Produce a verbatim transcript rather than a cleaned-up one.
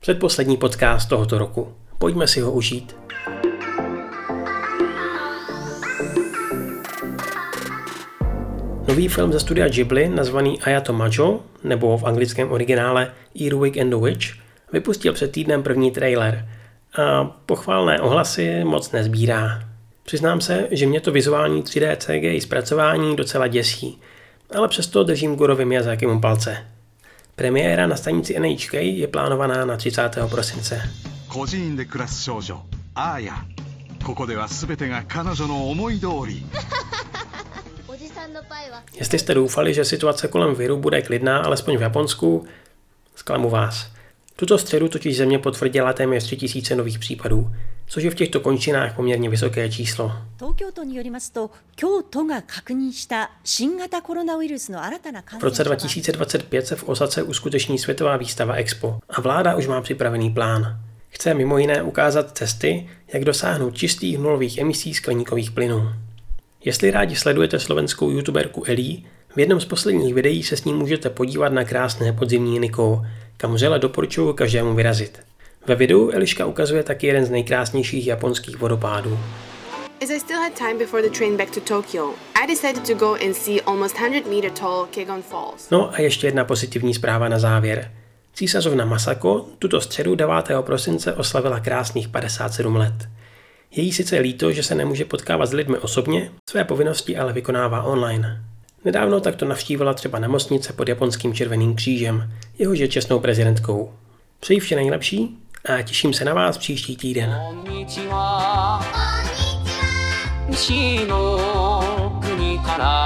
Předposlední podcast tohoto roku. Pojďme si ho užít. Nový film ze studia Ghibli, nazvaný Ayato Majo, nebo v anglickém originále Earwig and the Witch, vypustil před týdnem první trailer a pochválné ohlasy moc nezbírá. Přiznám se, že mě to vizuální tři dé C G I zpracování docela děsí, ale přesto držím Gorovi Miyazakimu palce. Premiéra na stanici N H K je plánovaná na třicátého prosince. Jestli jste doufali, že situace kolem viru bude klidná, alespoň v Japonsku, zklamu vás. Tuto středu totiž země potvrdila téměř tři tisíce nových případů, což je v těchto končinách poměrně vysoké číslo. V roce dva tisíce dvacet pět se v Osace uskuteční světová výstava Expo a vláda už má připravený plán. Chce mimo jiné ukázat cesty, jak dosáhnout čistých nulových emisí skleníkových plynů. Jestli rádi sledujete slovenskou youtuberku Elí, v jednom z posledních videí se s ní můžete podívat na krásné podzimní Nikko, kam vřele doporučuji každému vyrazit. Ve videu Eliška ukazuje taky jeden z nejkrásnějších japonských vodopádů. As I still had time before the train back to Tokyo, I decided to go and see almost one hundred meter tall Kegon Falls. No a ještě jedna pozitivní zpráva na závěr. Císařovna Masako tuto středu devátého prosince oslavila krásných padesát sedm let. Je jí sice líto, že se nemůže potkávat s lidmi osobně, své povinnosti ale vykonává online. Nedávno takto navštívila třeba nemocnice pod japonským Červeným křížem, jehož je čestnou prezidentkou. Přeji vše nejlepší a těším se na vás příští týden. Konnichiwa. Konnichiwa.